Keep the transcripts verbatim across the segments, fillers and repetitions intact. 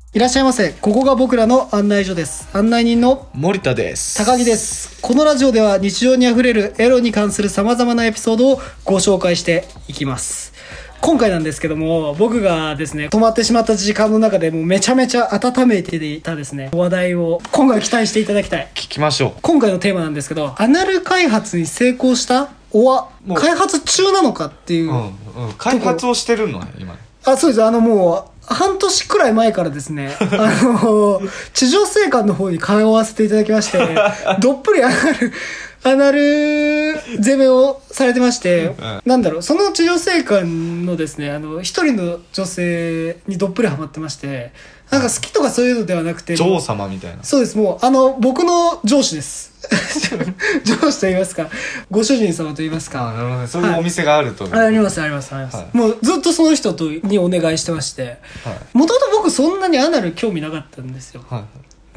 いらっしゃいませ。ここが僕らの案内所です。案内人の森田です。 高木です。このラジオでは日常にあふれるエロに関する様々なエピソードをご紹介していきます。今回なんですけども、僕がですね、止まってしまった時間の中でもうめちゃめちゃ温めていたですね、話題を今回期待していただきたい。 聞きましょう。 今回のテーマなんですけど、アナル開発に成功したおは開発中なのかっていう、 うんうん、開発をしてるのね今。 あ、そうです。あのもう半年くらい前からですね、あの地上生館の方に通わせていただきまして、どっぷりアナルアナル攻めをされてまして、うん、なんだろう、その地上生館のですね、あの一人の女性にどっぷりハマってまして、なんか好きとかそういうのではなくて、 女王様みたいな。 そうです。もうあの僕の上司です。上司と言いますか、ご主人様と言いますか。 あ、なるほどね。そういうお店があると、 はい、ありますありますあります、はい、もうずっとその人とにお願いしてまして、もともと僕そんなにアナル興味なかったんですよ、はい、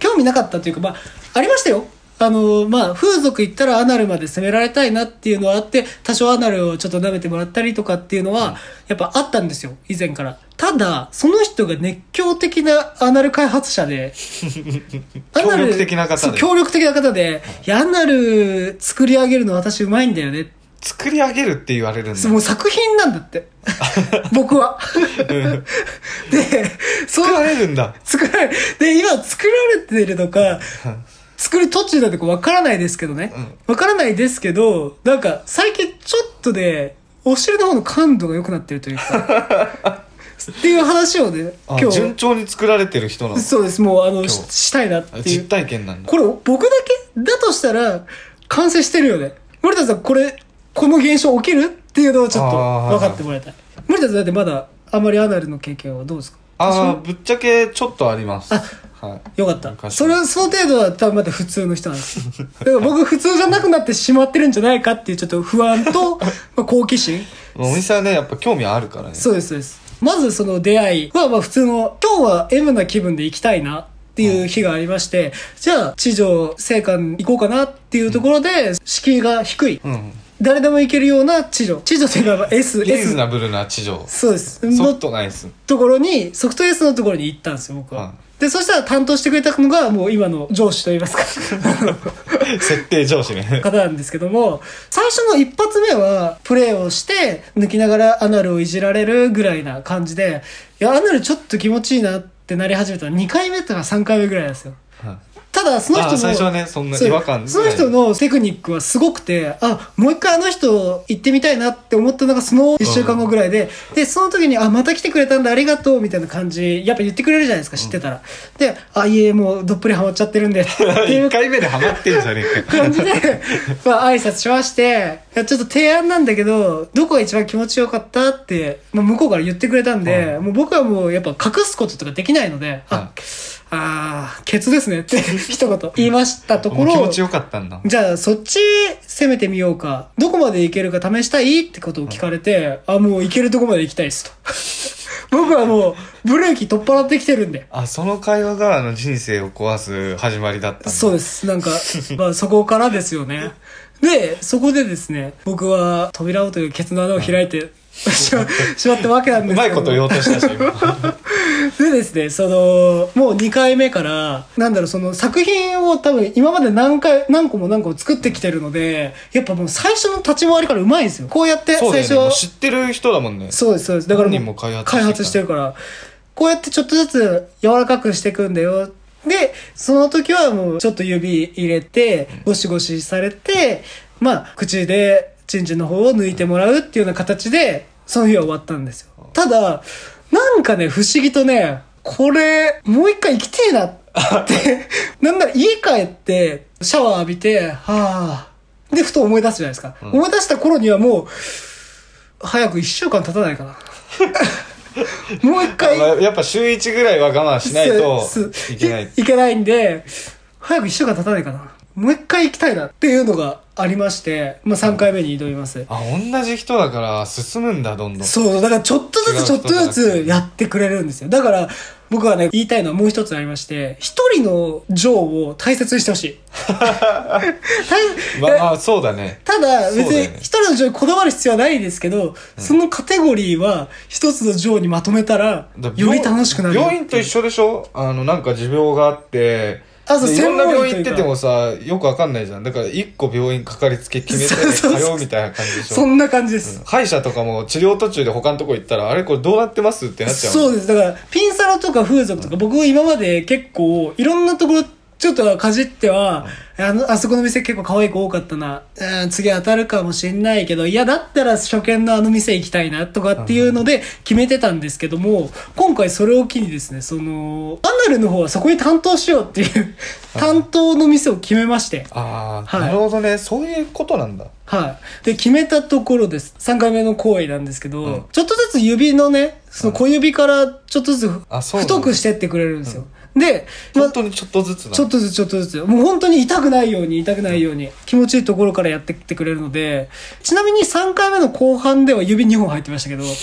興味なかったというか、まあありましたよ。あのまあ風俗行ったらアナルまで攻められたいなっていうのはあって、多少アナルをちょっと舐めてもらったりとかっていうのはやっぱあったんですよ、以前から。ただその人が熱狂的なアナル開発者で協力的な方で協力的な方で、いやアナル作り上げるの私うまいんだよね。 作り上げるって言われるんだ。 もう作品なんだって僕はで、 作られるんだ。 作られで今作られてるのか作り途中だってわからないですけどね、わ、うん、からないですけど、なんか最近ちょっとでお尻の方の感度が良くなってるというかっていう話をね、 今日順調に作られてる人なの。 そうです。もうあの し, したいなっていう実体験なんだ。 これ僕だけだとしたら完成してるよね。森田さん、これこの現象起きるっていうのをちょっと分かってもらいたい。森田さんだってまだあまりアナルの経験はどうですか？ ああ、ぶっちゃけちょっとあります。 あ、はい、よかった。それその程度は多分まだ普通の人なんです。だから僕普通じゃなくなってしまってるんじゃないかっていうちょっと不安とまあ好奇心。 お店はね、やっぱ興味あるからね。 そうですそうです。まずその出会いはまあ普通の、今日は M な気分で行きたいなっていう日がありまして、うん、じゃあ地上生館行こうかなっていうところで、敷居が低い、うん、誰でも行けるような地上地上というか S リーズナブルな地上。 そうです。 ソフトな S ところに、ソフト S のところに行ったんですよ僕は、うん。でそしたら担当してくれたのがもう今の上司といいますか設定上司ね方なんですけども、最初の一発目はプレイをして抜きながらアナルをいじられるぐらいな感じで、いやアナルちょっと気持ちいいなってなり始めたらにかいめとかさんかいめぐらいなんですよ、はい。ただその人の最初はね、そんな違和感、 その人のテクニックはすごくて、あ、もう一回あの人行ってみたいなって思ったのがそのいっしゅうかんごぐらいで、うん、でその時に、あ、また来てくれたんだありがとうみたいな感じやっぱ言ってくれるじゃないですか、知ってたら、うん、で、あ、いえ、もうどっぷりハマっちゃってるんでっていういっかいめでハマってるじゃねえか感じでまあ挨拶しまして、いやちょっと提案なんだけどどこが一番気持ちよかったって、まあ、向こうから言ってくれたんで、うん、もう僕はもうやっぱ隠すこととかできないので、うん、ああー、ケツですねって一言言いましたところ、 気持ちよかったんだ。 じゃあそっち攻めてみようか、どこまでいけるか試したいってことを聞かれて、うん、あ、もういけるとこまで行きたいですと僕はもうブレーキ取っ払ってきてるんで。 あ、その会話があの人生を壊す始まりだったんだ。 そうです。なんかまあそこからですよね。でそこでですね、僕は扉をというケツの穴を開いて、うん、しまったわけなんですけど、 うまいこと言おうとしたしでですね、そのもうにかいめからなんだろう、その作品を多分今まで何回何個も何個も作ってきてるので、やっぱもう最初の立ち回りからうまいんですよ。こうやって最初は、 ね、知ってる人だもんね。 そうですそうです。だからもう開発開発してるから、こうやってちょっとずつ柔らかくしていくんだよ。でその時はもうちょっと指入れてゴシゴシされて、まあ口でチンチンの方を抜いてもらうっていうような形でその日は終わったんですよ。ただなんかね、不思議とね、これもう一回行きてえなってなんなら家帰ってシャワー浴びて、はぁでふと思い出すじゃないですか、うん、思い出した頃にはもう早くいっしゅうかん経たないかなもう一回やっぱ週いちぐらいは我慢しないといけないいけないんで、早くいっしゅうかん経たないかな。 もう一回行きたいなっていうのがありまして、まあさんかいめに挑みます。 あ、同じ人だから進むんだ、どんどん。 そう、だからちょっとずつちょっとずつやってくれるんですよ。だから僕はね、言いたいのはもう一つありまして、一人のジョーを大切にしてほしい。 まあまあ、そうだね。 ただ、別に一人のジョーにこだわる必要はないですけど、うん、そのカテゴリーは一つのジョーにまとめたら、より楽しくなる。 病院と一緒でしょ？あの、なんか持病があって、あ、そう、いろんな病院行っててもさ、よくわかんないじゃん。だから一個病院かかりつけ決めて通うみたいな感じでしょ。 そんな感じです、 うん。歯医者とかも治療途中で他のとこ行ったら、あれこれどうなってますってなっちゃう。 そうです。だから、ピンサロとか風俗とか、うん、僕今まで結構いろんなところちょっとかじっては、うん、あの、あそこの店結構可愛い子多かったな。うん、次当たるかもしんないけど、いや、だったら初見のあの店行きたいな、とかっていうので決めてたんですけども、うん、今回それを機にですね、その、アナルの方はそこに担当しようっていう、担当の店を決めまして。 ああ、はい、なるほどね。そういうことなんだ。 はい。で、決めたところです。さんかいめの行為なんですけど、うん、ちょっとずつ指のね、その小指からちょっとずつ太くしてってくれるんですよ。うん、で、 ま、本当にちょっとずつなちょっとずつちょっとずつ。もう本当に痛くないように、痛くないように、気持ちいいところからやってってくれるので、ちなみにさんかいめの後半では指にほん入ってましたけど。もう、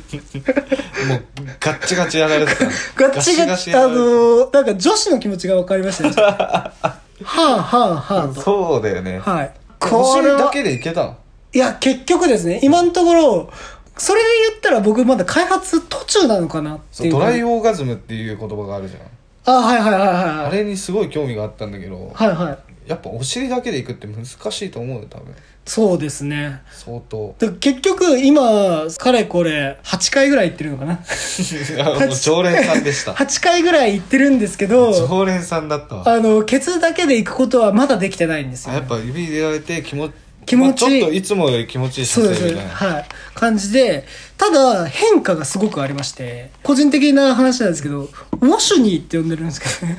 ガッチガチやられてた。 ガッチガチ、あのー、なんか女子の気持ちが分かりましたね。はぁはぁはぁと。 そうだよね。 はい。 これだけでいけたの？ いや、結局ですね、今のところ、それで言ったら僕まだ開発途中なのかなっていう。 そう、トライオーガズムっていう言葉があるじゃん。 あ、はいはいはいはい。 あれにすごい興味があったんだけど、 はいはい。 やっぱお尻だけでいくって難しいと思うよ、多分。 そうですね。 相当。 で結局、今、かれこれ、はちかいぐらい行ってるのかな。もう常連さんでした。 はちかいぐらい行ってるんですけど、 常連さんだったわ。 あの、ケツだけで行くことはまだできてないんですよ、ね。 やっぱ指入れられて気持ち、 気持ちいい、 まあ、ちょっといつもより気持ちいい姿勢みたいな、 はい、感じで、ただ変化がすごくありまして、個人的な話なんですけど、ウォシュニーって呼んでるんですけどね。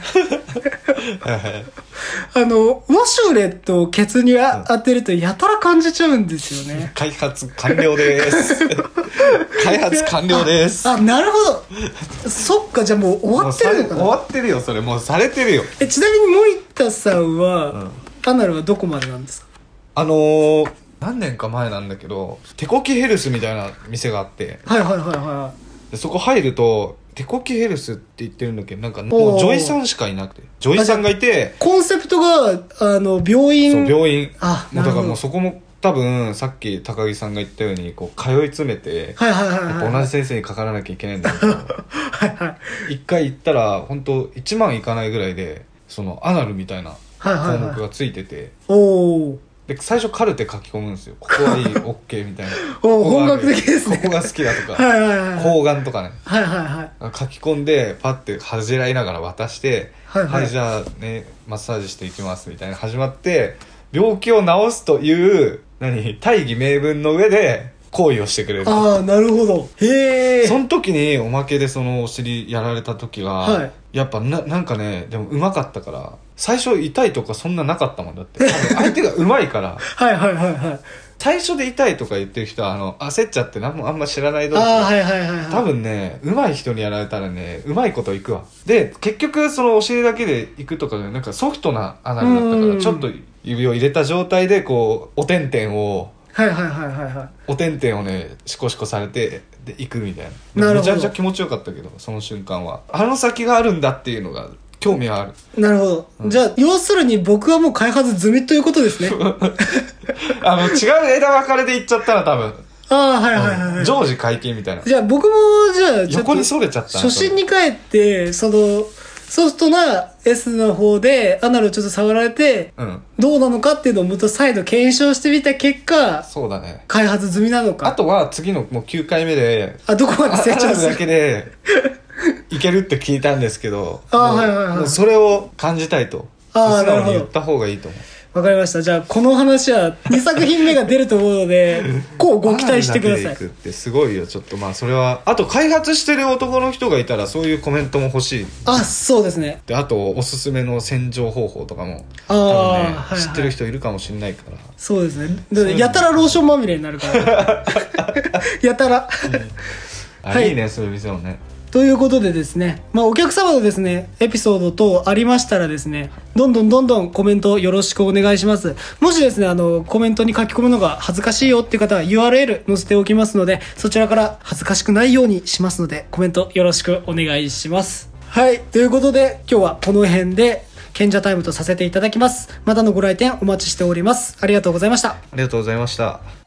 あの、ウォシュレットをケツに当てるとやたら感じちゃうんですよね。 開発完了です。開発完了です。 あ、あ、なるほど。そっか、じゃあもう終わってるのかな。 終わってるよ、それ。もうされてるよ。 え、ちなみに森田さんは、うん、アナルはどこまでなんですか？ あのー、何年か前なんだけど、手こきヘルスみたいな店があって、 はいはいはいはい。 でそこ入ると、手こきヘルスって言ってるんだけど、なんかもう女医さんしかいなくて、女医さんがいて、 コンセプトが、あの、病院。 そう、病院。 あ、 もうだからもうそこも多分、さっき高木さんが言ったように、こう、通い詰めて、 はいはいはいはい、 やっぱ同じ先生にかからなきゃいけないんだけど、はいはい。一回行ったら、本当いちまんいかないぐらいで、その、アナルみたいな項目がついてて、はいはいはい、 おー。 で最初カルテ書き込むんですよ。ここはいい、オッケーみたいな。 お本格的ですね。 ここが好きだとか、 はいはいはい、 抗がんとかね。 はいはいはい。 書き込んで、パッて恥じらいながら渡して、 はいはい、 はい、じゃあね、マッサージしていきますみたいな始まって、病気を治すという、何、大義名分の上で、行為をしてくれる。 ああ、なるほど。へえ。 その時におまけでそのお尻やられた時は、 はい、 やっぱな、なんかね、でもうまかったから、最初痛いとかそんななかったもんだって。相手がうまいから。 はいはいはいはい。 最初で痛いとか言ってる人は、あの、焦っちゃって何もあんま知らない同士。 ああ、はいはいはいはい。 多分ね、うまい人にやられたらね、うまいこといくわ。で、結局そのお尻だけでいくとかで、なんかソフトなアナルだったから、ちょっと指を入れた状態で、こう、おてんてんを、 はいはいはいはいはい。 おてんてんをね、シコシコされて、で、行くみたいな。 なるほど。 めちゃめちゃ気持ちよかったけど、その瞬間は。あの先があるんだっていうのが、興味はある。 なるほど。うん、じゃあ、要するに僕はもう開発済みということですね。 あの、違う枝分かれで行っちゃったら多分。 ああ、はいはいはい、はい。 常時解禁みたいな。 じゃあ僕も、じゃあ、 横にそれちゃった。 初心に帰って、その、ソフトな S の方でアナルをちょっと触られて、うん、どうなのかっていうのをもっと再度検証してみた結果、 そうだね。 開発済みなのか。 あとは次のもうきゅうかいめで、 あ、どこまで成長するだけで、いけるって聞いたんですけど、 あ、はいはいはい。 もうそれを感じたいと。 あ、 なるほど。言った方がいいと思う。 わかりました。じゃあ、この話はにさく品目が出ると思うので、こうご期待してください。 いってすごいよ、ちょっとまあ、それは。あと、開発してる男の人がいたら、そういうコメントも欲しい。 あ、そうですね。 で、あと、おすすめの洗浄方法とかも、 あ、多分ね、 はいはい、知ってる人いるかもしれないから。 そうですね。でやたらローションまみれになるから。やたら。 うん、あ、はい、いいね、そういう店もね。 ということでですね、まあお客様のですね、エピソード等ありましたらですね、どんどんどんどんコメントよろしくお願いします。もしですね、あの、コメントに書き込むのが恥ずかしいよっていう方は ユーアールエル 載せておきますので、そちらから恥ずかしくないようにしますので、コメントよろしくお願いします。はい。ということで、今日はこの辺で、賢者タイムとさせていただきます。またのご来店お待ちしております。ありがとうございました。 ありがとうございました。